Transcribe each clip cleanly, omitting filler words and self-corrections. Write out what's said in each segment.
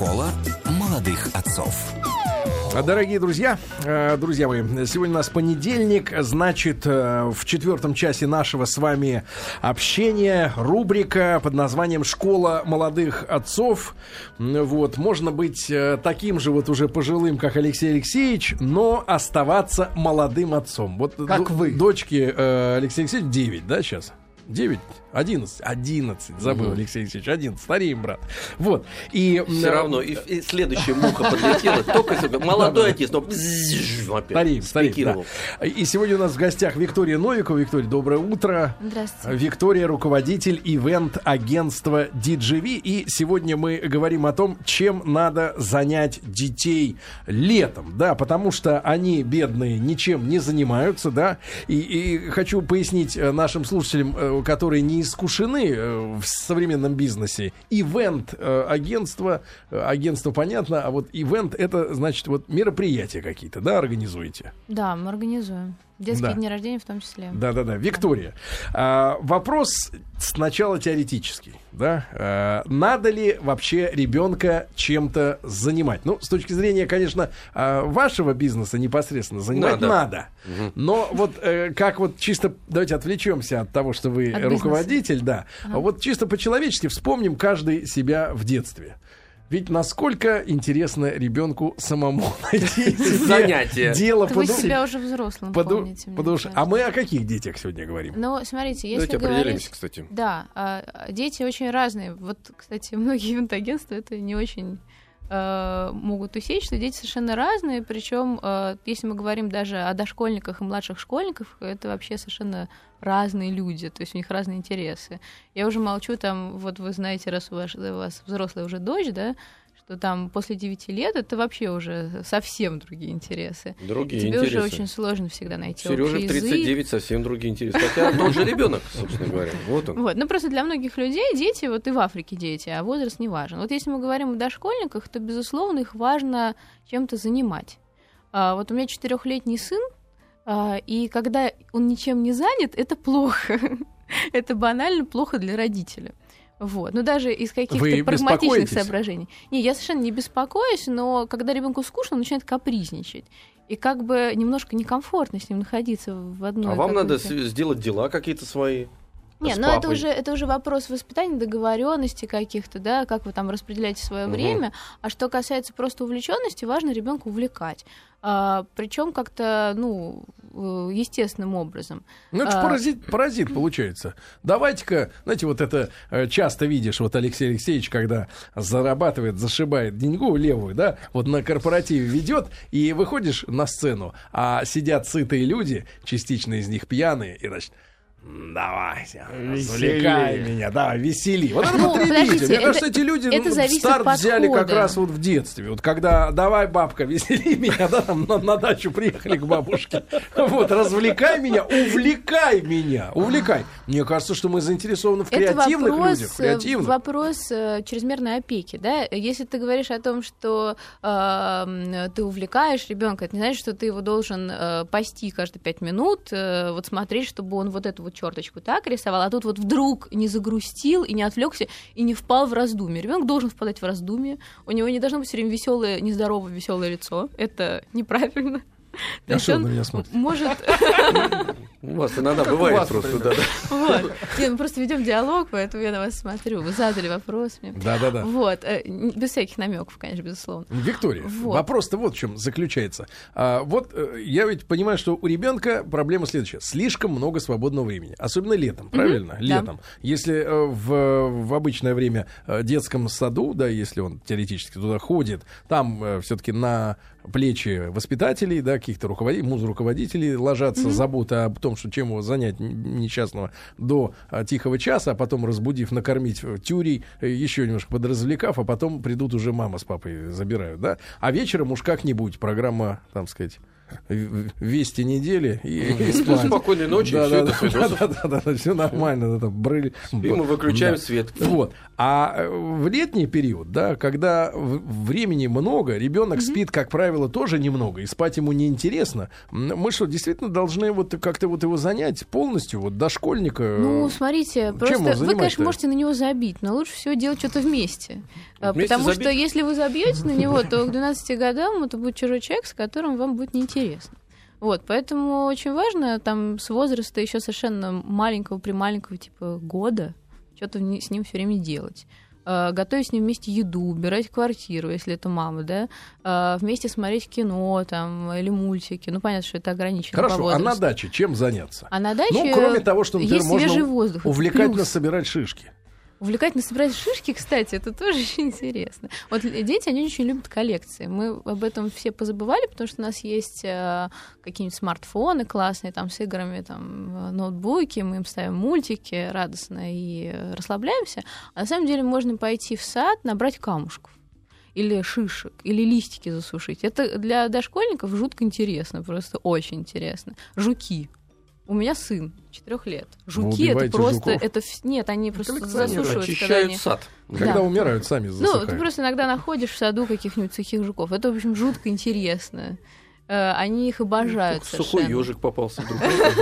Школа молодых отцов. Дорогие друзья мои, сегодня у нас понедельник, значит, в 4 часе нашего с вами общения рубрика под названием «Школа молодых отцов». Вот, можно быть таким же вот уже пожилым, как Алексей Алексеевич, но оставаться молодым отцом. Вот как вы. Дочке Алексея Алексеевича 9, да, сейчас? 9, 11, забыл, Алексей Алексеевич, 11, стареем, брат. Вот, и... Все равно, и следующая муха подлетела, только молодой отец, но опять стареем, да. И сегодня у нас в гостях Виктория Новикова. Виктория, доброе утро. Здравствуйте. Виктория, руководитель ивент-агентства DJV. И сегодня мы говорим о том, чем надо занять детей летом, да, потому что они, бедные, ничем не занимаются, да, и хочу пояснить нашим слушателям, которые не искушены в современном бизнесе. Ивент-агентство, агентство понятно, а вот ивент — это, значит, вот мероприятия какие-то, да, организуете? Да, мы организуем. Детские дни рождения в том числе. Да. Виктория, вопрос сначала теоретический, да? Надо ли вообще ребенка чем-то занимать? Ну, с точки зрения, конечно, вашего бизнеса непосредственно занимать надо. Но вот как вот чисто, давайте отвлечемся от того, что вы руководитель, да. Вот чисто по-человечески вспомним каждый себя в детстве. Ведь насколько интересно ребенку самому найти занятие. Дело. Вы себя уже взрослым помните. А мы о каких детях сегодня говорим? Ну, смотрите, если давайте определимся, кстати. Да, дети очень разные. Вот, кстати, многие ивент-агентства это не очень могут усечь, что дети совершенно разные. Причем, если мы говорим даже о дошкольниках и младших школьниках, это вообще совершенно разные люди, то есть у них разные интересы. Я уже молчу, там, вот вы знаете, раз у вас взрослая уже дочь, да, что там после 9 лет это вообще уже совсем другие интересы. Другие Тебе интересы. уже очень сложно всегда найти Серёже общий в 39 язык. совсем другие интересы. Хотя тот же ребенок, собственно говоря. Вот он. Вот. Ну, просто для многих людей дети, вот и в Африке дети, а возраст не важен. Вот если мы говорим о дошкольниках, то, безусловно, их важно чем-то занимать. Вот у меня 4-летний сын, и когда он ничем не занят, это плохо. Это банально плохо для родителя. Вот. Но даже из каких-то прагматичных соображений. Не, я совершенно не беспокоюсь, но когда ребенку скучно, он начинает капризничать. И как бы немножко некомфортно с ним находиться в одной... А вам надо сделать дела какие-то свои? Не, ну это уже вопрос воспитания, договоренности каких-то, да, как вы там распределяете свое время. А что касается просто увлеченности, важно ребенка увлекать. Причем как-то, естественным образом. Ну, это же паразит получается. Давайте-ка, знаете, вот это часто видишь, вот Алексей Алексеевич, когда зарабатывает, зашибает деньгу левую, да, вот на корпоративе ведет, и выходишь на сцену, а сидят сытые люди, частично из них пьяные, и, значит, давай, развлекай меня, давай, весели. Вот это потребитель. Мне кажется, эти люди старт взяли как раз вот в детстве. Вот когда давай, бабка, весели меня, да, там на дачу приехали к бабушке. Вот, развлекай меня, увлекай меня, увлекай. Мне кажется, что мы заинтересованы в креативных людях. Это вопрос чрезмерной опеки, да. Если ты говоришь о том, что ты увлекаешь ребенка, это не значит, что ты его должен пасти каждые 5 минут, вот смотреть, чтобы он вот эту вот черточку так рисовал, а тут вот вдруг не загрустил и не отвлекся и не впал в раздумье. Ребенок должен впадать в раздумье. У него не должно быть все время веселое, нездоровое, веселое лицо. Это неправильно. А что он на меня смотрит? Может... У вас иногда бывает просто, да. Вот. Нет, мы просто ведем диалог, поэтому я на вас смотрю. Вы задали вопрос мне. Да. Вот. Без всяких намеков, конечно, безусловно. Виктория, вопрос-то вот в чем заключается. Вот я ведь понимаю, что у ребенка проблема следующая. Слишком много свободного времени. Особенно летом, правильно? Летом. Да. Если в обычное время в детском саду, да, если он теоретически туда ходит, там все-таки на плечи воспитателей, да, каких-то муз-руководителей ложатся забота об том, что чем его занять несчастного до тихого часа, а потом, разбудив, накормить тюрей, еще немножко подразвлекав, а потом придут уже мама с папой забирают, да? А вечером уж как-нибудь программа, там сказать, вести недели и спать. Спокойной ночи, и всё это Да, все нормально. И мы выключаем свет. Вот. А в летний период, да, когда времени много, ребенок спит, как правило, тоже немного, и спать ему неинтересно. Мы что, действительно должны вот как-то вот его занять полностью, вот дошкольника? Ну, смотрите, просто вы, конечно, можете на него забить, но лучше всего делать что-то вместе. Потому что если вы забьете на него, то к 12 годам это будет чужой человек, с которым вам будет неинтересно. Вот, поэтому очень важно там с возраста еще совершенно маленького, прималенького, типа года, что-то с ним все время делать. Готовить с ним вместе еду, убирать квартиру, если это мама, да, вместе смотреть кино там, или мультики. Ну, понятно, что это ограничено. Хорошо, по возрасту. а на даче чем заняться? А на даче ну, кроме того, что, например, можно воздух, увлекательно собирать шишки. Увлекательно собирать шишки, кстати, это тоже очень интересно. Вот дети, они очень любят коллекции. Мы об этом все позабывали, потому что у нас есть какие-нибудь смартфоны классные, там, с играми, там, ноутбуки, мы им ставим мультики радостно и расслабляемся. А на самом деле можно пойти в сад, набрать камушков. Или шишек, или листики засушить. Это для дошкольников жутко интересно, просто очень интересно. Жуки. У меня сын 4 лет. Жуки это просто... Нет, они просто засушивают. Очищают сад. Когда умирают, сами засыхают. Ну, ты просто иногда находишь в саду каких-нибудь сухих жуков. Это, в общем, жутко интересно. Они их обожают совершенно. Сухой ежик попался вдруг.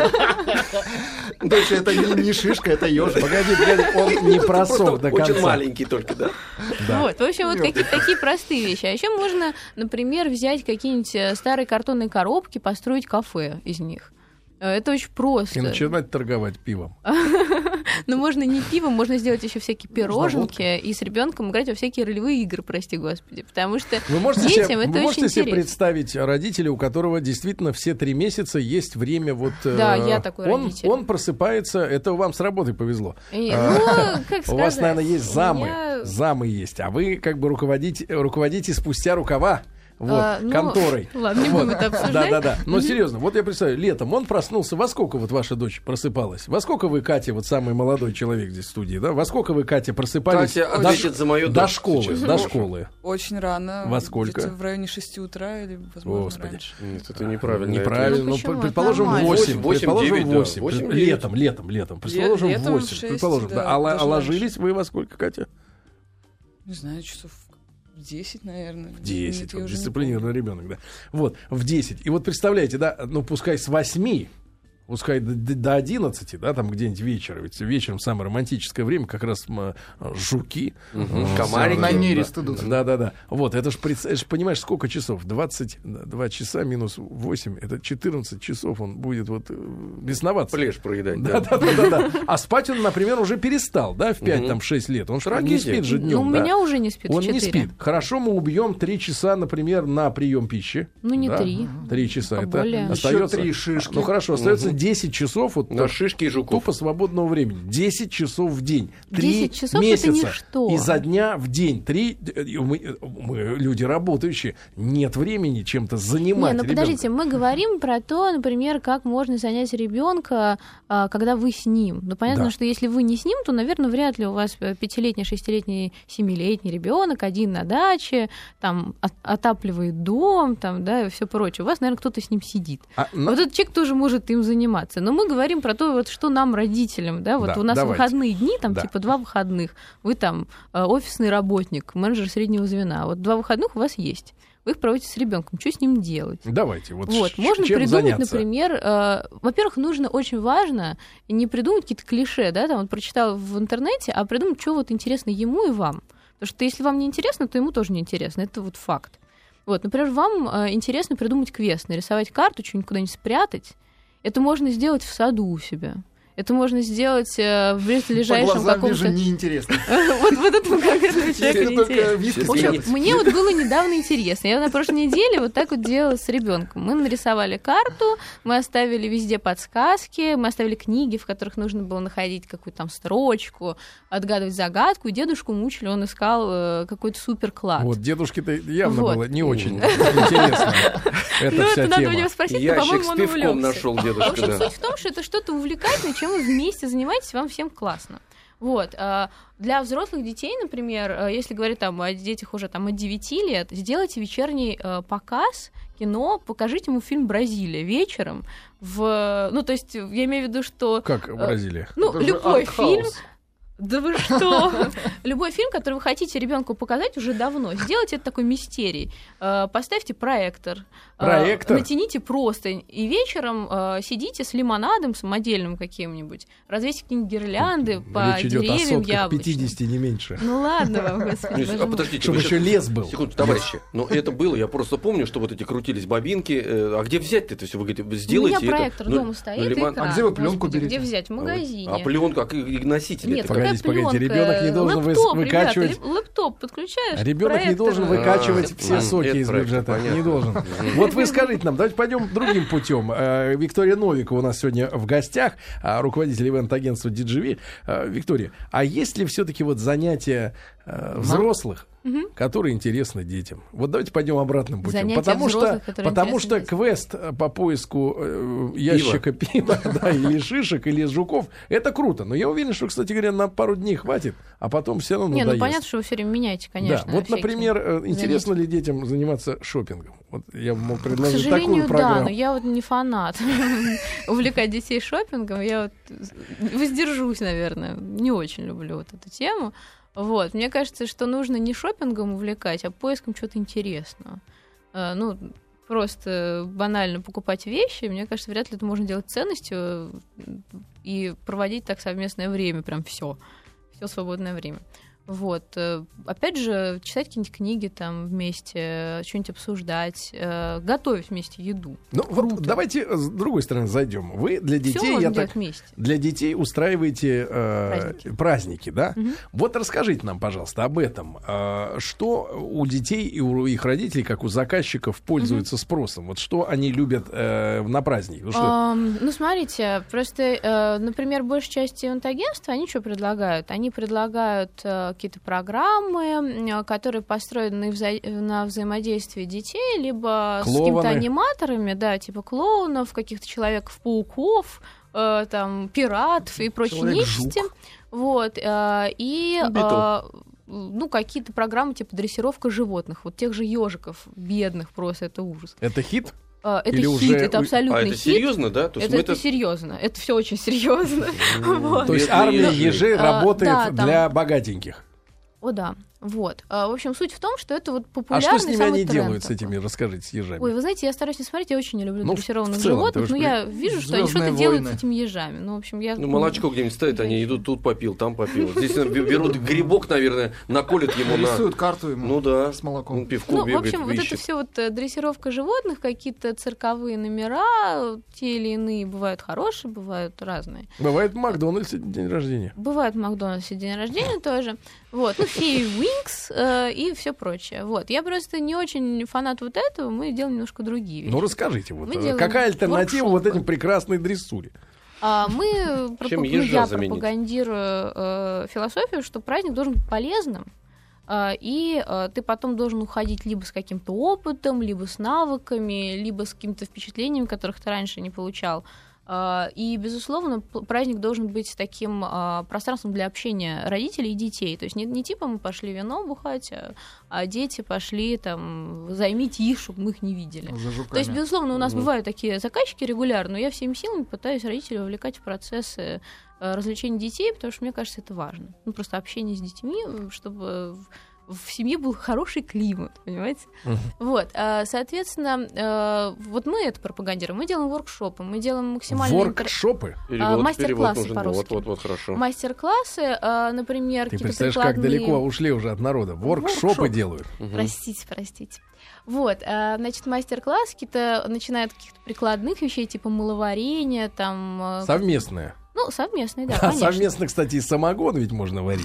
Дальше это не шишка, это ежик. Погоди, он не просох до конца. Очень маленький только, да? Вот, в общем, вот какие-то такие простые вещи. А еще можно, например, взять какие-нибудь старые картонные коробки, построить кафе из них. Это очень просто. И начинать торговать пивом. Но можно не пивом, можно сделать еще всякие пироженки и с ребенком играть во всякие ролевые игры, прости господи. Потому что детям это очень интересно. Вы можете себе представить родителя, у которого действительно все 3 месяца есть время вот... Да, я такой родитель. Он просыпается, это вам с работы повезло. Ну, как сказать? У вас, наверное, есть замы есть, а вы как бы руководите спустя рукава. Вот, конторой. Ладно, не будем это обсуждать. Да. Но серьезно, вот я представляю, летом он проснулся. Во сколько вот ваша дочь просыпалась? Во сколько вы, Катя, вот самый молодой человек здесь в студии, да? Во сколько вы, Катя, просыпались до школы? Очень рано. Во сколько? В районе 6 утра или, возможно, раньше. Нет, это неправильно. Неправильно. Ну, предположим, 8. Предположим, 8. Летом. Предположим, 8. Предположим, да. А ложились вы во сколько, Катя? Не знаю, часов 10, наверное. В 10. Вот, дисциплинированный ребенок, да. Вот, в 10. И вот представляете, да, ну пускай с 8, пускай до 11, да, там где-нибудь вечером. Ведь вечером самое романтическое время, как раз жуки. Комарики. На нерест идут. Да. Вот, это ж, понимаешь, сколько часов? 22 часа минус 8, это 14 часов он будет вот бесноваться. Плешь проедать. Да. А спать он, например, уже перестал, да, в 5-6 лет. Он же не спит же днем. Ну, у меня уже не спит. Он не спит. Хорошо, мы убьем 3 часа, например, на прием пищи. Ну, не 3. 3 часа. Это остается 3 шишки. Ну, хорошо, остается 10 часов вот на шишки и жуков. Тупо свободного времени. 10 часов в день. 10 часов месяца. Это ничто. Изо дня в день. Мы люди работающие. Нет времени чем-то занимать. Ну подождите, мы говорим про то, например, как можно занять ребенка, когда вы с ним. Ну, понятно, что если вы не с ним, то, наверное, вряд ли у вас 5-летний, 6-летний, 7-летний ребенок один на даче, там отапливает дом, там, да, и все прочее. У вас, наверное, кто-то с ним сидит. Вот этот человек тоже может им заниматься. Но мы говорим про то, вот, что нам, родителям, да, вот у нас выходные дни, там, типа 2 выходных, вы там офисный работник, менеджер среднего звена, вот 2 выходных у вас есть. Вы их проводите с ребенком. Что с ним делать? Давайте. Вот можно чем придумать, заняться? Например, во-первых, нужно очень важно не придумать какие-то клише, да, там вот прочитал в интернете, а придумать, что вот интересно ему и вам. Потому что если вам не интересно, то ему тоже не интересно. Это вот факт. Вот, например, вам интересно придумать квест, нарисовать карту, что-нибудь куда-нибудь спрятать. Это можно сделать в саду у себя. Это можно сделать в близлежащем каком-то... По глазам вижу, неинтересно. Вот этому конкретному человеку неинтересно. В общем, мне вот было недавно интересно. Я на прошлой неделе вот так вот делала с ребенком. Мы нарисовали карту, мы оставили везде подсказки, мы оставили книги, в которых нужно было находить какую-то там строчку, отгадывать загадку, и дедушку мучили, он искал какой-то суперклад. Вот, дедушке-то явно было не очень интересно. Это вся тема. Надо у него спросить, но, по-моему, он увлёкся. Ящик с пивком нашел дедушка. В общем, суть в том, что это что-то увлекательное, чем вы вместе занимаетесь, вам всем классно. Вот. Для взрослых детей, например, если говорить там о детях уже там, от 9 лет, сделайте вечерний показ кино, покажите ему фильм «Бразилия» вечером. Ну, то есть, я имею в виду, что... Как Бразилия? Ну, Это же любой артхаус. фильм... Да вы что? Любой фильм, который вы хотите ребенку показать уже давно, сделайте это такой мистерией. Поставьте проектор. Натяните простынь. И вечером сидите с лимонадом самодельным каким-нибудь. Развесьте какие-нибудь гирлянды по Речь идет о деревьям сотках яблочным. 50, не меньше. Ну ладно вам, господи. А подождите, Чтобы вы еще щас- лес был. Секунду, товарищи. Но это было, я просто помню, что вот эти крутились бобинки. А где взять это все? Вы говорите, У сделайте меня проектор это. дома стоит, лимон- экран. А где вы пленку Господи, берете? где взять? В магазине. А пленку, как и носители. Нет, это какая Погодите, пленка? ребенок не должен Лэптоп, выкачивать. ребята, лэптоп подключаешь. Ребенок не проектор. должен выкачивать все это соки из проектор, бюджета. понятно. Не должен. Вот вы скажите нам, давайте пойдем другим путем. Виктория Новикова у нас сегодня в гостях, руководитель ивент-агентства DGV. Виктория, а есть ли все-таки вот занятия взрослых, которые интересны детям? Вот давайте пойдем обратным путем. Занятия Потому взрослых, которые что интересны квест по поиску ящика пива, да, или шишек, или жуков, это круто. Но я уверен, что, кстати говоря, на пару дней хватит, а потом все равно Не, надоест. ну понятно, что вы все время меняете, конечно. Да, вот, всякие например, интересно ли детям заниматься шопингом? Вот я мог К предложить сожалению, такую программу. да, но я вот не фанат увлекать детей шопингом. Я вот воздержусь, наверное. Не очень люблю вот эту тему. Вот. Мне кажется, что нужно не шопингом увлекать, а поиском чего-то интересного. Ну, просто банально покупать вещи, мне кажется, вряд ли это можно делать ценностью и проводить так совместное время, прям все свободное время. Вот. Опять же, читать какие-нибудь книги там вместе, что-нибудь обсуждать, готовить вместе еду. Ну, вот давайте с другой стороны зайдем. Вы для Всё детей, можно делать вместе. для детей устраиваете праздники, да? Вот расскажите нам, пожалуйста, об этом. Что у детей и у их родителей, как у заказчиков, пользуется спросом? Вот что они любят на празднике? Ну, смотрите, просто, например, большая часть ивент-агентства, они что предлагают? Они предлагают какие-то программы, которые построены на взаимодействии детей, либо с какими-то аниматорами, да, типа клоунов, каких-то Человеков-пауков, там, пиратов и прочей нечисти. Вот, и... ну, какие-то программы типа дрессировка животных, вот тех же ежиков, бедных, просто это ужас. Это хит? Это Или хит, уже... это абсолютный это хит. серьезно, да? То есть Это серьезно, это все очень серьезно. То есть армия ежей работает для богатеньких. О, да. Вот. В общем, суть в том, что это вот А популярный что с ними самый они тренд делают, с такой. этими, расскажите, с ежами? Ой, вы знаете, я стараюсь не смотреть, я очень не люблю Ну, дрессированных в целом, животных, ты но уж я вижу, что они «Звездные что-то делают войны». с этими ежами. Ну, в общем, я... Ну, молочко где-нибудь ставят, они идут, тут попил, там попил. Здесь берут грибок, наверное, наколят ему на... Рисуют карту ему Ну да. с молоком. Он пивко Ну, в бегает, общем, вот это ищет. все вот дрессировка животных, какие-то цирковые номера, те или иные, бывают хорошие, бывают разные. Бывает в Макдональдсе день рождения. Бывает в Макдональдсе день рождения тоже. Вот, ну, феи Уинкс и все прочее. Вот, я просто не очень фанат вот этого, мы делаем немножко другие вещи. Ну, расскажите, вот, Мы делаем какая альтернатива вот воркшопы. этим прекрасной дрессуре? Мы Чем ежа я заменить? пропагандирую философию, что праздник должен быть полезным, и ты потом должен уходить либо с каким-то опытом, либо с навыками, либо с какими-то впечатлениями, которых ты раньше не получал. И, безусловно, праздник должен быть таким пространством для общения родителей и детей. То есть не типа мы пошли вино бухать, а дети пошли там займите их, чтобы мы их не видели. За жуками. То есть, безусловно, у нас бывают такие заказчики регулярно, но я всеми силами пытаюсь родителей вовлекать в процессы развлечения детей, потому что мне кажется, это важно. Ну, просто общение с детьми, чтобы в семье был хороший климат, понимаете? Вот, соответственно, вот мы это пропагандируем, мы делаем воркшопы, мы делаем максимально... Воркшопы? Перевод мастер-классы нужен. по-русски. Вот, хорошо. Мастер-классы, например, Ты какие-то представляешь, прикладные... как далеко ушли уже от народа. Воркшопы Воркшоп. делают. Простите. Вот, значит, мастер-класс какие-то начинают от каких-то прикладных вещей, типа мыловарения, там... Совместное. Ну, совместные, да, А конечно. совместно, кстати, и самогон ведь можно варить.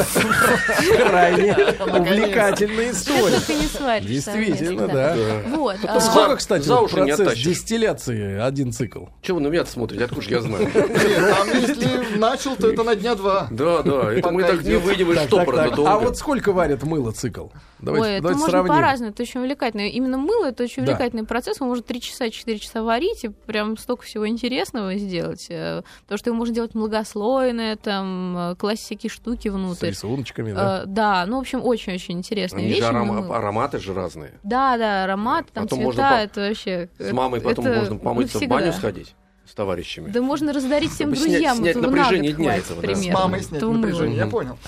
Крайне увлекательная Ты история. только не сваришь Действительно, совместно, да. Вот. Сколько, кстати, за вот уши не процесс оттащишь. дистилляции один цикл? Чего вы на меня смотрите? Откуда ж я знаю? Нет, там если начал, то это на дня два. Да, это мы Пока так не идёт. выйдем из Так, штопора так. долго. А вот сколько варят мыло цикл? это можно сравним. по-разному, это очень увлекательно. Именно мыло — это очень увлекательный процесс, он может 3 часа, 4 часа варить, и прям столько всего интересного сделать. Потому что его можно делать многослойное, там, класть всякие штуки внутрь. С рисуночками, да? Да, ну, в общем, очень-очень интересные вещи. Ароматы же разные. Да, ароматы, там, потом цвета, это вообще... С мамой потом можно помыться в баню сходить с товарищами. Да можно раздарить всем друзьям. Снять напряжение дня этого. Да. С мамой снять напряжение, я понял.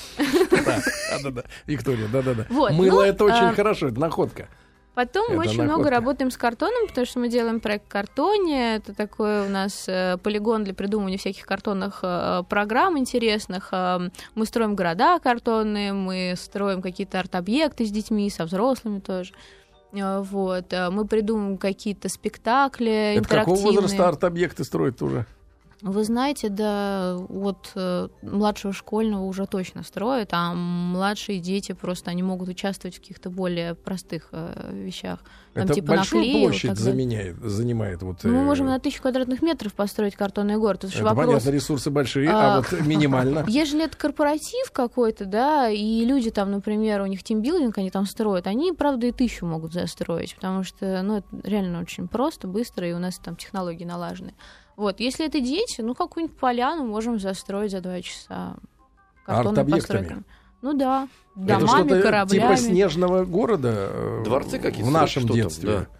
Да. Виктория, да. Вот, мыло — это очень хорошо, это находка. Потом мы очень много работаем с картоном, потому что мы делаем проект «Картоне». Это такой у нас полигон для придумывания всяких картонных программ интересных. Мы строим города картонные, мы строим какие-то арт-объекты с детьми, со взрослыми тоже. Вот. Мы придумываем какие-то спектакли интерактивные. Это какого возраста арт-объекты строят уже? Вы знаете, да, от младшего школьного уже точно строят, а младшие дети просто они могут участвовать в каких-то более простых вещах. Там, это типа большую наклеил, площадь занимает. Вот, мы можем на 1000 квадратных метров построить картонный город. Это вопрос. Понятно, ресурсы большие, а вот минимально. Ежели это корпоратив какой-то, да, и люди там, например, у них тимбилдинг, они там строят, они, правда, и 1000 могут застроить, потому что, это реально очень просто, быстро, и у нас там технологии налажены. Вот, если это дети, какую-нибудь поляну можем застроить за 2 часа. Арт-объектами? Ну да. Это домами, кораблями. Типа снежного города дворцы какие-то в нашем детстве. Да.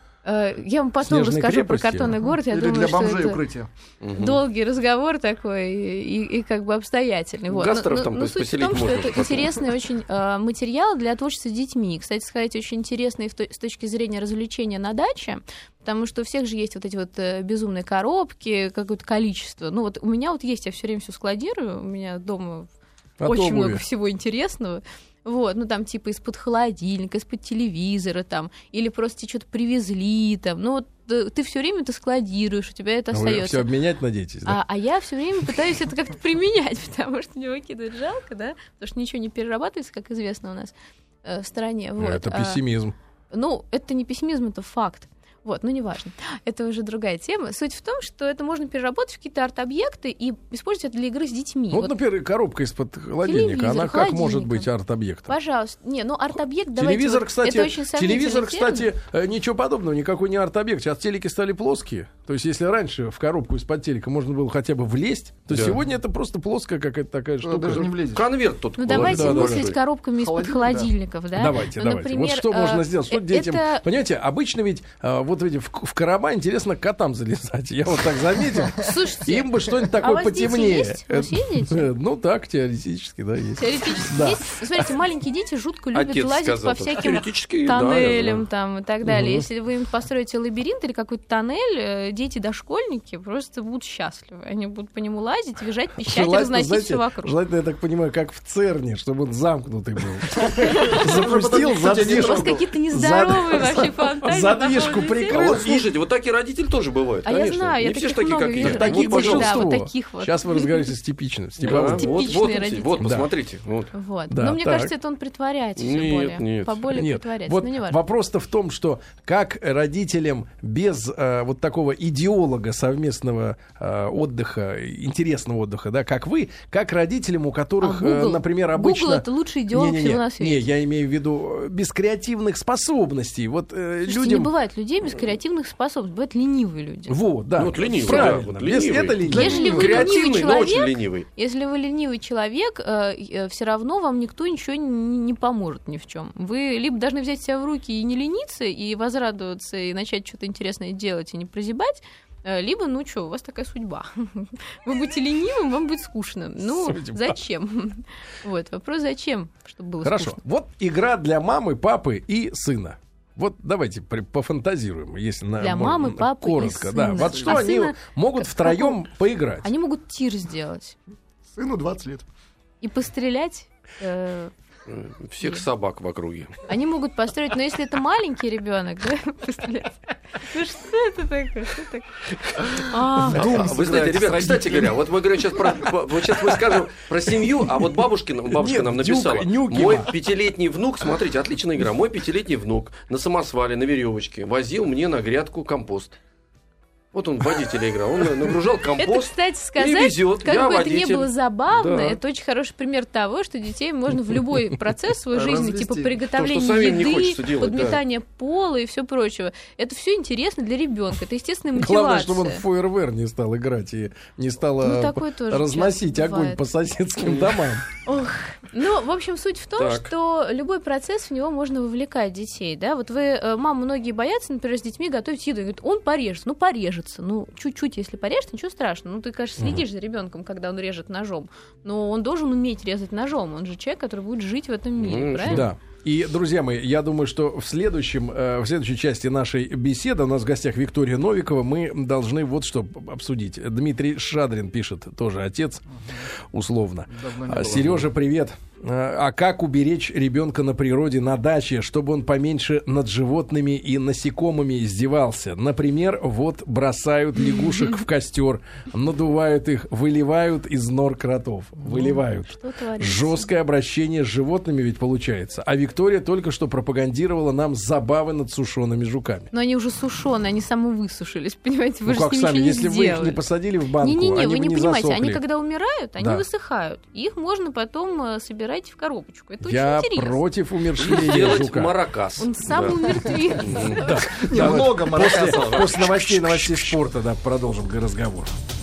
Я вам потом расскажу про картонный город. Я думаю, для бомжей что это укрытие. Долгий разговор такой и как бы обстоятельный. Вот. Гастров там суть в том, что это интересный очень материал для творчества с детьми. Кстати сказать, очень интересный с точки зрения развлечения на даче, потому что у всех же есть вот эти вот безумные коробки, какое-то количество. Ну вот у меня вот есть, я все время все складирую, у меня дома очень много всего интересного. Вот, там типа из-под холодильника, из-под телевизора, там, или просто тебе что-то привезли, там, ты все время это складируешь, у тебя это остается. Вы все обменять надеетесь, да? А я все время пытаюсь это как-то применять, потому что не выкидывать жалко, да, потому что ничего не перерабатывается, как известно у нас в стране. Вот. Это пессимизм. Это не пессимизм, это факт. Вот, неважно. Это уже другая тема. Суть в том, что это можно переработать в какие-то арт-объекты и использовать это для игры с детьми. Например, коробка из-под холодильника, она как может быть арт-объектом? Пожалуйста. арт-объект, телевизор, давайте... Кстати, это очень телевизор, кстати, ничего подобного, никакой не арт-объект. Сейчас телеки стали плоские. То есть, если раньше в коробку из-под телека можно было хотя бы влезть, то сегодня это просто плоская какая-то такая штука. Даже не влезет. Конверт тут. Давайте мыслить коробками из-под холодильников, да? Давайте. Например, вот что можно сделать? Что детям... Понимаете, обычно ведь в короба интересно котам залезать. Я вот так заметил. Слушайте, им бы что-нибудь такое потемнее. Есть? У вас есть дети? Так, теоретически, да, есть. Теоретически есть. Смотрите, маленькие дети жутко любят лазить по всяким тоннелям там и так далее. Если вы им построите лабиринт или какой-то тоннель, дети дошкольники просто будут счастливы. Они будут по нему лазить, визжать, пищать и разносить все вокруг. Желательно, я так понимаю, как в ЦЕРНе, чтобы он замкнутый был. Запустил задвижку. У вас какие-то нездоровые вообще фантазии. Задвижку прикрыл. Слушайте, вот такие родители тоже бывают, конечно. Я знаю, не все такие, как я. Таких большинство. таких вот. Сейчас вы разговариваете с типичным. Типичные родители. Вот, посмотрите. Вот. Но мне кажется, это он притворяется все более. Нет. Поболее притворяется. Вот не важно. вопрос-то в том, что как родителям без вот такого идеолога совместного отдыха, интересного отдыха, да, как вы, как родителям, у которых, например, обычно... Google — это лучший идеолог всего на свете. Не, я имею в виду без креативных способностей. Вот Слушайте, людям... не бывает людей без креативных способностей, бывают ленивые люди. Вот, да. Ленивый. Правильно. Да, ленивый. Это ленивый. Если вы креативный, но очень человек, ленивый. Если вы ленивый человек, все равно вам никто ничего не поможет ни в чем. Вы либо должны взять себя в руки и не лениться, и возрадоваться, и начать что-то интересное делать, и не прозябать, либо, у вас такая судьба. Вы будете ленивым, вам будет скучно. Зачем? Вот, вопрос зачем, чтобы было Хорошо. скучно. Вот игра для мамы, папы и сына. Вот давайте пофантазируем, если для мамы, папы коротко. И сына. Да. Вот что они могут втроем поиграть? Они могут тир сделать. Сыну 20 лет. И пострелять. Всех собак в округе. Они могут построить, но если это маленький ребенок, да, пострелять. Что это такое? Вы знаете, ребят, кстати говоря, вот мы говорим сейчас мы скажем про семью, а вот бабушка нам написала. Мой 5-летний внук, смотрите, отличная игра. Мой 5-летний внук на самосвале, на веревочке возил мне на грядку компост. Вот он водителя играл, он нагружал компост. Это, кстати, сказать, и везет. как бы это ни было забавно, Да. это очень хороший пример того, что детей можно в любой процесс своей жизни, типа приготовления самим не еды, хочется делать, подметания пола и все прочего. Это все интересно для ребенка. Это естественная мотивация. Главное, чтобы он в фойерверк не стал играть и не стал разносить огонь по соседским домам. Ну, в общем, суть в том, Так. что любой процесс, в него можно вовлекать детей, да, вот вы, мам, многие боятся, например, с детьми готовить еду, и говорят, он порежется, чуть-чуть, если порежется, ничего страшного, ты, конечно, следишь за ребенком, когда он режет ножом, но он должен уметь резать ножом, он же человек, который будет жить в этом мире, правильно? Да. И, друзья мои, я думаю, что в следующей части нашей беседы, у нас в гостях Виктория Новикова, мы должны вот что обсудить. Дмитрий Шадрин пишет, тоже отец, условно. Сережа, привет. А как уберечь ребенка на природе, на даче, чтобы он поменьше над животными и насекомыми издевался? Например, вот бросают лягушек в костер, надувают их, выливают из нор кротов. Выливают. Жесткое обращение с животными ведь получается. А Виктория только что пропагандировала нам забавы над сушеными жуками. Но они уже сушеные, они самовысушились, понимаете? Вы же как с ними сами, ничего если не вы их сделали. не посадили в банку, Не-не-не, они вы бы не не понимаете, засохли. они когда умирают, они Да. высыхают. Их можно потом собирать в коробочку. Это Я очень интересно. против умерщвления Делать жука. маракас. Он сам умертвится. Немного маракасов. После новостей спорта, да, продолжим разговор.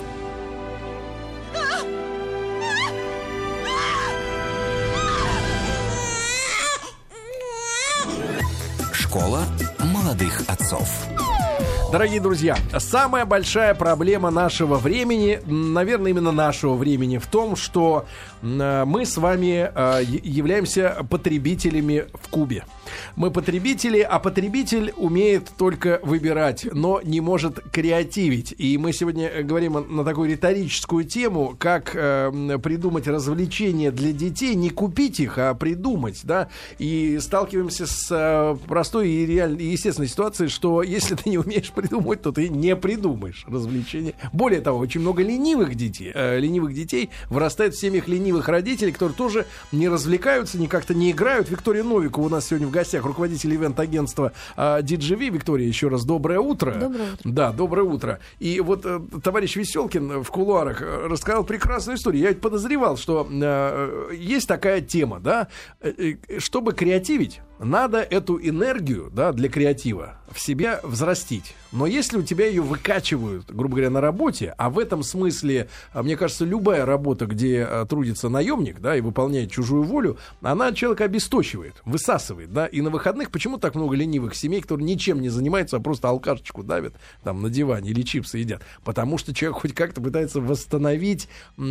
Школа молодых отцов. Дорогие друзья, самая большая проблема нашего времени, наверное, именно нашего времени, в том, что мы с вами являемся потребителями в кубе. Мы потребители, а потребитель умеет только выбирать, но не может креативить. И мы сегодня говорим на такую риторическую тему, как придумать развлечения для детей, не купить их, а придумать, да. И сталкиваемся с простой и реальной, и естественной ситуацией, что если ты не умеешь придумать, то ты не придумаешь развлечения. Более того, очень много ленивых детей вырастает в семьях ленивых родителей, которые тоже не развлекаются, ни как-то не играют. Виктория Новикова у нас сегодня в гостях, руководитель ивент-агентства DGV. Виктория, еще раз доброе утро. Доброе утро. Да, доброе утро. И вот товарищ Веселкин в кулуарах рассказал прекрасную историю. Я ведь подозревал, что есть такая тема, да, чтобы креативить, надо эту энергию, да, для креатива в себя взрастить. Но если у тебя ее выкачивают, грубо говоря, на работе, а в этом смысле, мне кажется, любая работа, где трудится наемник, да, и выполняет чужую волю, она человека обесточивает, высасывает, да, и на выходных почему так много ленивых семей, которые ничем не занимаются, а просто алкашечку давят там на диване или чипсы едят? Потому что человек хоть как-то пытается восстановить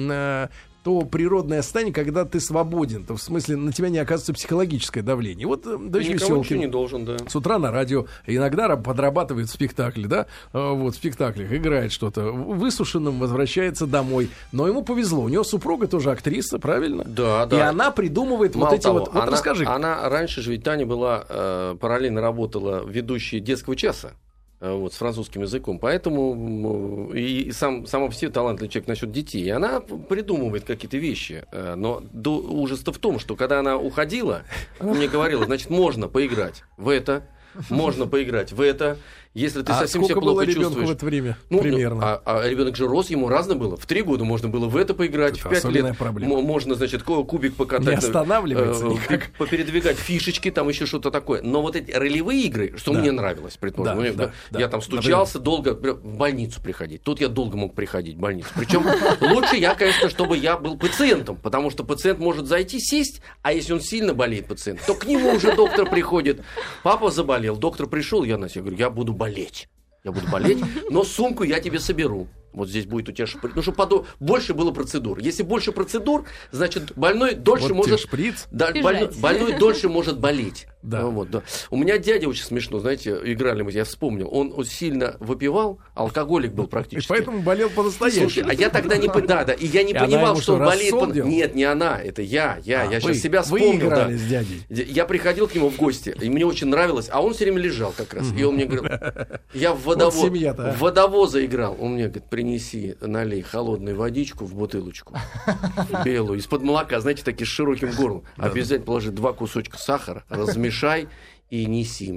то природное состояние, когда ты свободен, то в смысле на тебя не оказывается психологическое давление. Вот товарищ Веселкин не должен, да. с утра на радио иногда подрабатывает в спектакле, да, вот в спектаклях играет что-то, высушенным возвращается домой, но ему повезло, у него супруга тоже актриса, правильно? Да, да. И она придумывает Мало вот эти того, вот расскажи. Она раньше же, ведь Таня была, параллельно работала ведущей детского часа. Вот, с французским языком. Поэтому и сама по себе талантливый человек насчет детей. И она придумывает какие-то вещи. Но ужас-то в том, что когда она уходила, она мне говорила, значит, можно поиграть в это, можно поиграть в это. Если ты совсем себя плохо чувствуешь. Сколько было ребенку в это время? Примерно. А ребенок же рос, ему разное было. В 3 года можно было в это поиграть, это в 5 лет проблема. можно, значит, кубик покатать. Не останавливается никак. Попередвигать фишечки, там еще что-то такое. Но вот эти ролевые игры, что мне нравилось, предположим. Я там стучался долго, в больницу приходить. Тут я долго мог приходить в больницу. Причем лучше я, конечно, чтобы я был пациентом, потому что пациент может зайти, сесть, а если он сильно болеет, пациент, то к нему уже доктор приходит. Папа заболел, доктор пришел, я говорю, я буду болеть. Я буду болеть, но сумку я тебе соберу. Вот здесь будет у тебя шприц. Ну, чтобы больше было процедур. Если больше процедур, значит, больной дольше вот может... шприц. Да, больной дольше может болеть. Да. Вот, да. У меня дядя очень смешно, знаете, играли мы, я вспомнил. Он сильно выпивал, алкоголик был практически. И поэтому болел по-настоящему. Слушай, а я тогда не понимал, и я не понимал, что он болеет. Нет, не она, это я. Я сейчас себя вспомнил. Вы играли с дядей. Я приходил к нему в гости, и мне очень нравилось, а он все время лежал как раз. И он мне говорил, я в водовоза играл. Он мне говорит, принеси, налей холодную водичку в бутылочку белую, из-под молока, знаете, такие с широким горлом. Обязательно положи 2 кусочка сахара, размешай и неси мне.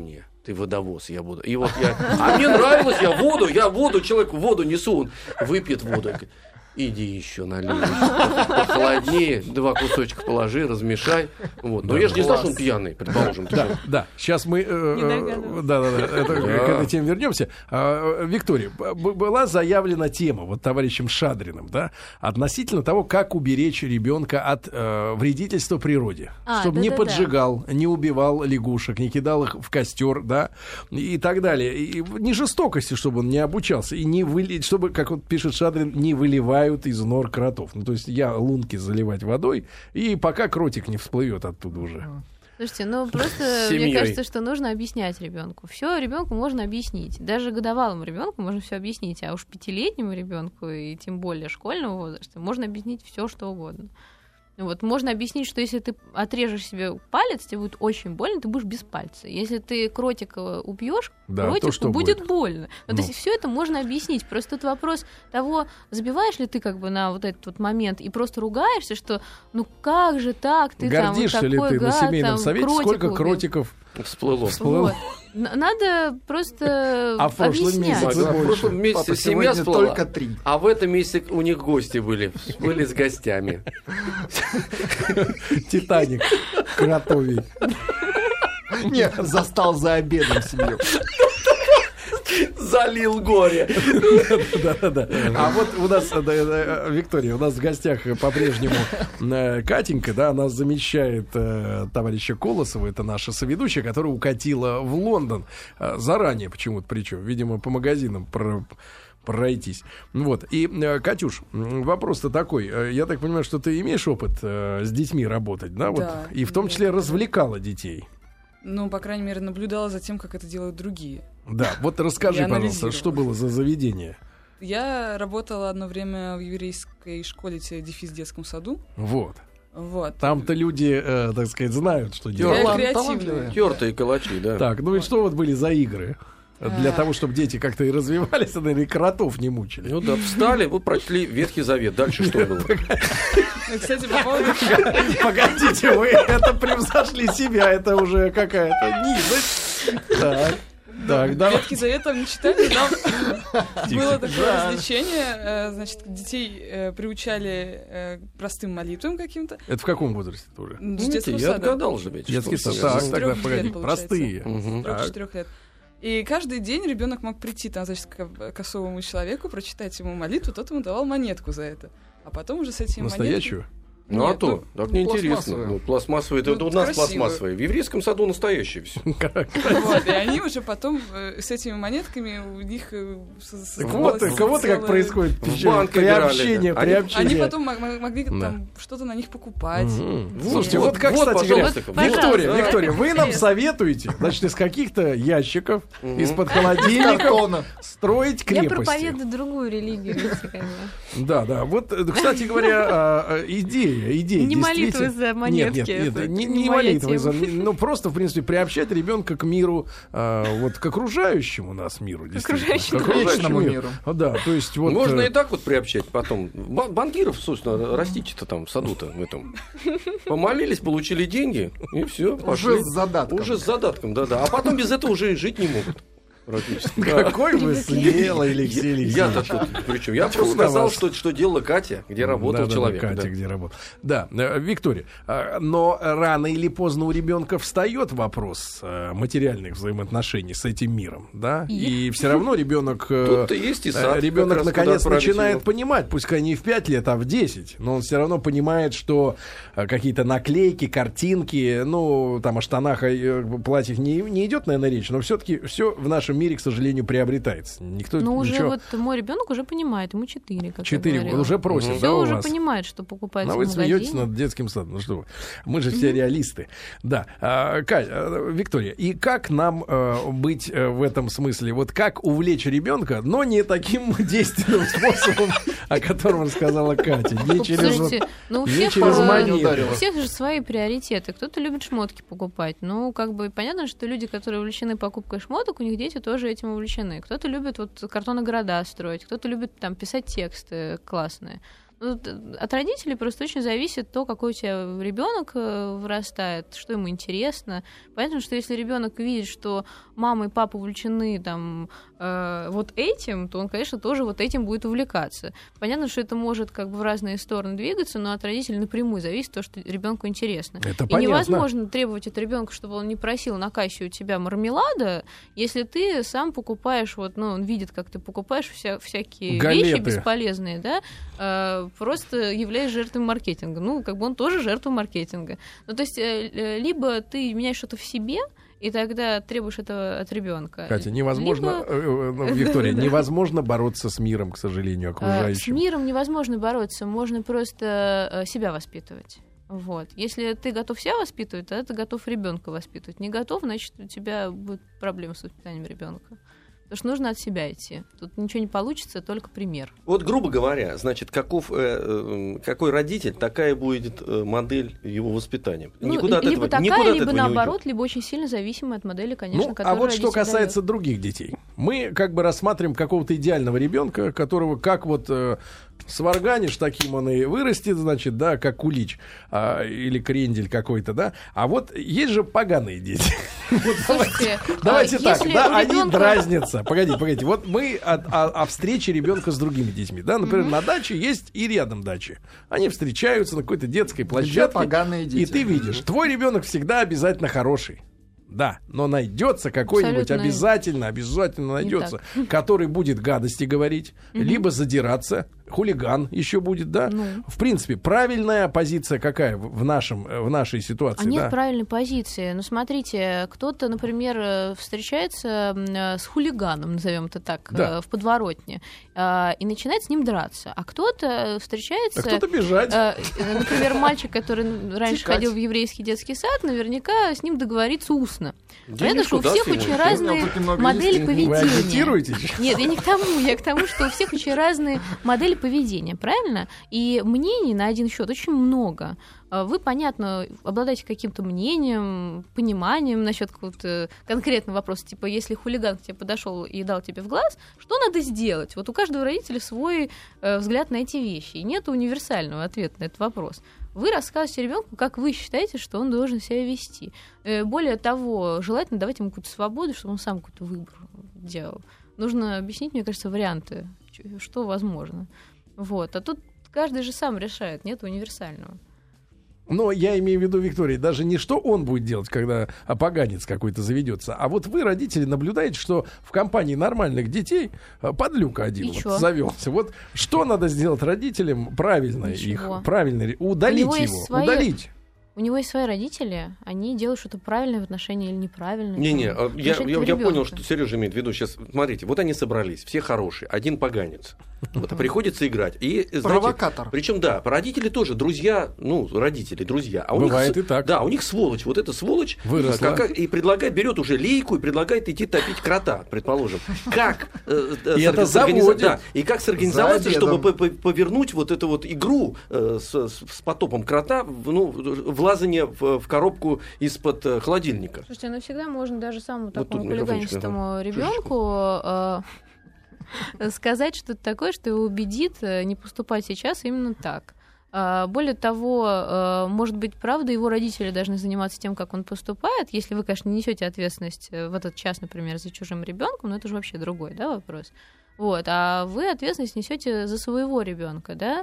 ты водовоз, я буду. И вот а мне нравилось, я воду, человеку воду несу, он выпьет воду. Иди еще налей, похолоднее, 2 кусочка положи, размешай. Вот. Но я же не знал, что он пьяный, предположим. Да, сейчас мы к этой теме вернемся. Виктория, была заявлена тема вот товарищем Шадриным, да, относительно того, как уберечь ребенка от вредительства природе, чтобы не поджигал, не убивал лягушек, не кидал их в костер, да, и так далее. И не жестокости, чтобы он не обучался, и чтобы, как вот пишет Шадрин, не выливают из нор кротов. Ну, то есть лунки заливать водой, и пока кротик не всплывет оттуда уже. Слушайте, ну просто мне кажется, что нужно объяснять ребенку. Все ребенку можно объяснить. Даже годовалому ребенку можно все объяснить, а уж 5-летнему ребенку и тем более школьного возраста можно объяснить все, что угодно. Вот, можно объяснить, что если ты отрежешь себе палец, тебе будет очень больно, ты будешь без пальца. Если ты кротика убьешь, кротику будет больно. То есть все это можно объяснить. Просто тут вопрос того, забиваешь ли ты как бы на вот этот вот момент и просто ругаешься, что ну как же так, ты гордишься там вот такой ли ты гад, на семейном совете, сколько убил. кротиков всплыло. Вот. Надо просто в прошлом месяце в прошлом месяце семья всплыла, только 3. А в этом месяце у них гости были с гостями. Титаник кротовий. Не, застал за обедом семью. Залил горе. Да. А вот у нас, Виктория, у нас в гостях по-прежнему Катенька, да, нас замещает товарища Колосова, это наша соведущая, которая укатила в Лондон заранее почему-то, причем, видимо, по магазинам пройтись. Вот. И, Катюш, вопрос-то такой. Я так понимаю, что ты имеешь опыт с детьми работать, да? Вот, Да. и в том числе развлекала детей. Ну, по крайней мере, наблюдала за тем, как это делают другие. Да, вот расскажи, Я пожалуйста, анализировала. что было за заведение? Я работала одно время в еврейской школе дефис детском саду. Вот. Вот. Там-то люди, так сказать, знают, что делать. Я Ладно, креативная. Тертые калачи, да. Так, ну и что вот были за игры? Для того, чтобы дети как-то и развивались, и кротов не мучили. Ну да, встали, вы прочли Ветхий Завет. Дальше что было? Ну, кстати, по поводу... Погодите, вы это превзошли себя, это уже какая-то низость. Так, да. Ветхий Завет там не читали, там было такое развлечение, значит, детей приучали к простым молитвам каким-то. Это в каком возрасте это уже? С детского Я сада. отгадал же ведь. Детский что сад. Так, С тогда 3 погоди. лет, получается. Простые. Мгм. 3-4 лет. И каждый день ребенок мог прийти, там, значит, к косовому человеку, прочитать ему молитву, тот ему давал монетку за это. А потом уже с этими Настоящую? Ну а Нет, то, так неинтересно. пластмассовые. Ну, пластмассовые, это Ну, у нас красиво. пластмассовые. В еврейском саду настоящие все. Вот, и они уже потом с этими монетками у них Кого-то как происходит В банк приобщение, играли, да. Они потом могли Да. там что-то на них покупать. Слушайте, вот как, кстати говоря, пожалуйста, Виктория, вы нам советуете, значит, из каких-то ящиков, из-под холодильников Картона. строить Я крепости. проповедую другую религию, видите, как бы. Да. Вот, кстати говоря, идея. Не молитвы за монетки, Нет, это не не моя молитвы тема. ну, просто, в принципе, приобщать ребенка к миру, вот к окружающему нас миру. действительно. окружающему. К окружающему Вечному миру. Да, то есть вот... Можно и так вот приобщать потом. Банкиров, собственно, растите-то там в саду-то в этом. Помолились, получили деньги, и все, пошли. Уже с задатком. Уже с задатком, да. А потом без этого уже и жить не могут. Практически. Какой вы смелый, Алексей Алексеевич. Я-то тут причем. Я просто Откуда сказал, вас? что делала Катя, где работал Да, человек. Катя, да. где работал. Да, Виктория, но рано или поздно у ребенка встает вопрос материальных взаимоотношений с этим миром, да? И все равно ребенок, Тут-то есть и сад, ребенок как раз, наконец куда отправить начинает его. понимать, пускай не в 5 лет, а в 10, но он все равно понимает, что какие-то наклейки, картинки, ну, там о штанах, о платьях не идет, наверное, речь, но все-таки все в нашем мире, к сожалению, приобретается. Никто Ну, уже ничего... вот мой ребенок уже понимает, ему 4, как 4 я года, говорила. уже просит, Всё да, у уже вас? понимает, что покупается А в вы магазине. смеетесь над детским садом. Ну что вы? Мы же все реалисты. Да. Виктория, и как нам быть в этом смысле? Вот как увлечь ребенка, но не таким действенным способом, о котором рассказала Катя. Не через... Слушайте, ну у не всех, через у монеты. всех же свои приоритеты. Кто-то любит шмотки покупать. Ну, как бы понятно, что люди, которые увлечены покупкой шмоток, у них дети тоже этим увлечены. Кто-то любит вот картонные города строить, кто-то любит там писать тексты классные. От родителей просто очень зависит то, какой у тебя ребенок вырастает, что ему интересно. Понятно, что если ребенок видит, что мама и папа увлечены там вот этим, то он, конечно, тоже вот этим будет увлекаться. Понятно, что это может как бы в разные стороны двигаться, но от родителей напрямую зависит то, что ребенку интересно. Это и понятно. невозможно требовать от ребенка, чтобы он не просил на кассе у тебя мармелада, если ты сам покупаешь, вот, ну, он видит, как ты покупаешь всякие галеты. Вещи бесполезные, да, просто являясь жертвой маркетинга. Ну, как бы он тоже жертва маркетинга. Ну, то есть, либо ты меняешь что-то в себе, и тогда требуешь этого от ребенка. Катя, невозможно, Виктория, невозможно бороться с миром, к сожалению, окружающим. С миром невозможно бороться, можно просто себя воспитывать. Вот. Если ты готов себя воспитывать, тогда ты готов ребенка воспитывать. Не готов, значит, у тебя будут проблемы с воспитанием ребенка. Потому что нужно от себя идти. Тут ничего не получится, только пример. Вот, грубо говоря, значит, какой родитель, такая будет модель его воспитания. Никуда либо такая, либо наоборот, либа очень сильно зависимая от модели, конечно, которую а вот что касается дает. других детей. Мы как бы рассматриваем какого-то идеального ребенка, которого как вот сварганишь, таким он и вырастет, значит, да, как кулич или крендель какой-то, да. А вот есть же поганые дети. Давайте так, да, они дразнятся. Погодите, вот мы о встрече ребенка с другими детьми, да, например, на даче есть и рядом дачи. Они встречаются на какой-то детской площадке, и ты видишь, твой ребенок всегда обязательно хороший. Да, но найдется какой-нибудь, обязательно найдется, который будет гадости говорить, либо задираться, хулиган еще будет, да. В принципе, правильная позиция какая в нашей ситуации? Нет правильной позиции. Ну, смотрите, кто-то, например, встречается с хулиганом, назовем это так, в подворотне, и начинает с ним драться. А кто-то встречается... А кто-то бежать. Например, мальчик, который раньше ходил в еврейский детский сад, наверняка с ним договориться устно. Понятно, что у всех очень разные модели поведения. Вы агитируете? Нет, я не к тому. Я к тому, что у всех очень разные модели поведения, правильно? И мнений на один счет очень много. Вы, понятно, обладаете каким-то мнением, пониманием насчет какого-то конкретного вопроса, типа, если хулиган к тебе подошел и дал тебе в глаз, что надо сделать? Вот у каждого родителя свой взгляд на эти вещи, и нет универсального ответа на этот вопрос. Вы рассказываете ребенку, как вы считаете, что он должен себя вести. Более того, желательно давать ему какую-то свободу, чтобы он сам какой-то выбор делал. Нужно объяснить, мне кажется, варианты, что возможно. Вот. А тут каждый же сам решает, нет универсального. Но я имею в виду, Виктория, даже не что он будет делать, когда поганец какой-то заведется, а вот вы, родители, наблюдаете, что в компании нормальных детей подлюка один вот завелся. Вот что надо сделать родителям правильно удалить его, удалить. У него есть свои родители, они делают что-то правильное в отношении или неправильное. Я понял, что Сережа имеет в виду. Сейчас, смотрите, вот они собрались, все хорошие, один поганец. Вот, приходится играть. И, провокатор. Причем, да, родители тоже, друзья, родители, друзья. А бывает и так. Да, у них сволочь, вот эта сволочь выросла. И берет уже лейку и предлагает идти топить крота, предположим. Как сорганизоваться, чтобы повернуть вот эту вот игру с потопом крота, влазание в коробку из-под холодильника. Слушайте, всегда можно даже самому такому хулиганистому ребенку сказать что-то такое, что его убедит не поступать сейчас именно так. Более того, может быть, правда, его родители должны заниматься тем, как он поступает, если вы, конечно, не несете ответственность в этот час, например, за чужим ребенком, но это же вообще другой, да, вопрос. Вот, а вы ответственность несете за своего ребенка, да.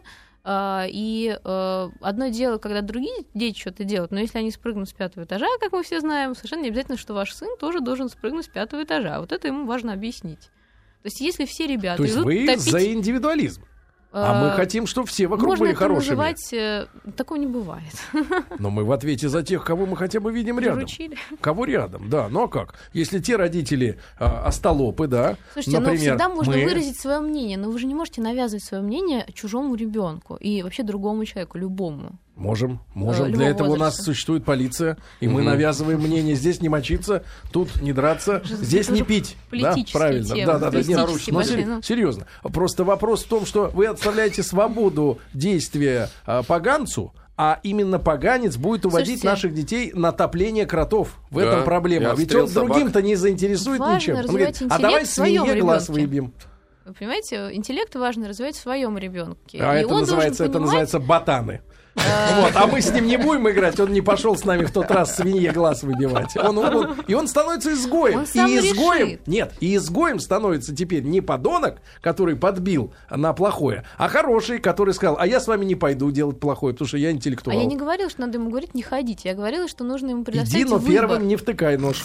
И одно дело, когда другие дети что-то делают, но если они спрыгнут с 5-го этажа, как мы все знаем, совершенно не обязательно, что ваш сын тоже должен спрыгнуть с 5-го этажа. Вот это ему важно объяснить. То есть если все ребята... То есть вы за индивидуализм? А мы хотим, чтобы все вокруг были хорошими. Можно называть... Такого не бывает. Но мы в ответе за тех, кого мы хотя бы видим рядом. Заручили. Кого рядом, да. Ну а как? Если те родители остолопы, да, слушайте, например... всегда можно выразить свое мнение, но вы же не можете навязывать свое мнение чужому ребенку и вообще другому человеку, любому. Можем. Для этого у нас существует полиция, и мы навязываем мнение. Здесь не мочиться, тут не драться, здесь не пить. Да, правильно. Да. Нет, серьезно. Просто вопрос в том, что вы отставляете свободу действия поганцу, а именно поганец будет уводить наших детей на топление кротов. В этом проблема. Ведь он другим-то не заинтересует ничем. Он говорит, а давай свинье глаз выбьем. Вы понимаете, интеллект важно развивать в своем ребенке. А это называется ботаны. Вот, а мы с ним не будем играть, он не пошел с нами в тот раз свинье глаз выбивать. Он становится изгоем. Он сам решит. И изгоем становится теперь не подонок, который подбил на плохое, а хороший, который сказал, а я с вами не пойду делать плохое, потому что я интеллектуал. А я не говорила, что надо ему говорить не ходить. Я говорила, что нужно ему предоставить выбор. Иди, но выбор. первым не втыкай нож.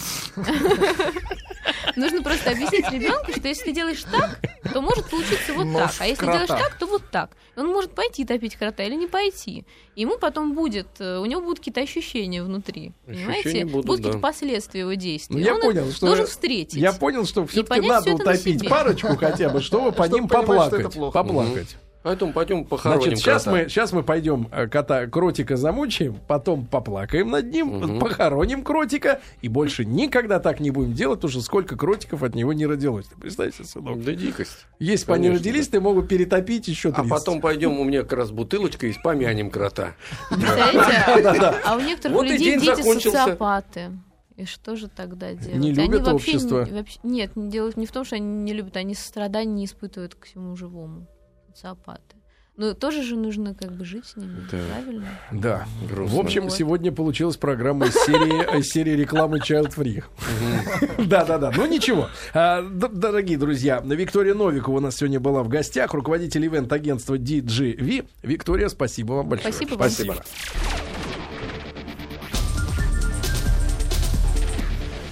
Нужно просто объяснить ребенку, что если ты делаешь так, то может получиться вот так. А если делаешь так, то вот так. Он может пойти топить крота или не пойти. И ему потом у него будут какие-то ощущения внутри. Понимаете? Будут какие-то последствия его действий. Он должен встретить. Я понял, что все-таки надо утопить парочку хотя бы, чтобы по ним поплакать. Поэтому пойдем похороним кота. Сейчас мы пойдем кротика замучаем, потом поплакаем над ним, похороним кротика, и больше никогда так не будем делать, потому что сколько кротиков от него не родилось. Ты представь себе, сынок. Да дикость. Если бы они родились, ты могут перетопить еще 30. А потом пойдем, у меня как раз бутылочка, и помянем крота. Представляете? А у некоторых людей дети социопаты. И что же тогда делать? Не любят общество. Нет, дело не в том, что они не любят, они сострадания не испытывают к всему живому. Социопаты. Но тоже же нужно как бы жить с ними, правильно? Да. Грустно. В общем, сегодня получилась программа из серии рекламы Child Free. Да. Ну ничего. Дорогие друзья, Виктория Новикова у нас сегодня была в гостях, руководитель ивент-агентства DGV. Виктория, спасибо вам большое. Спасибо.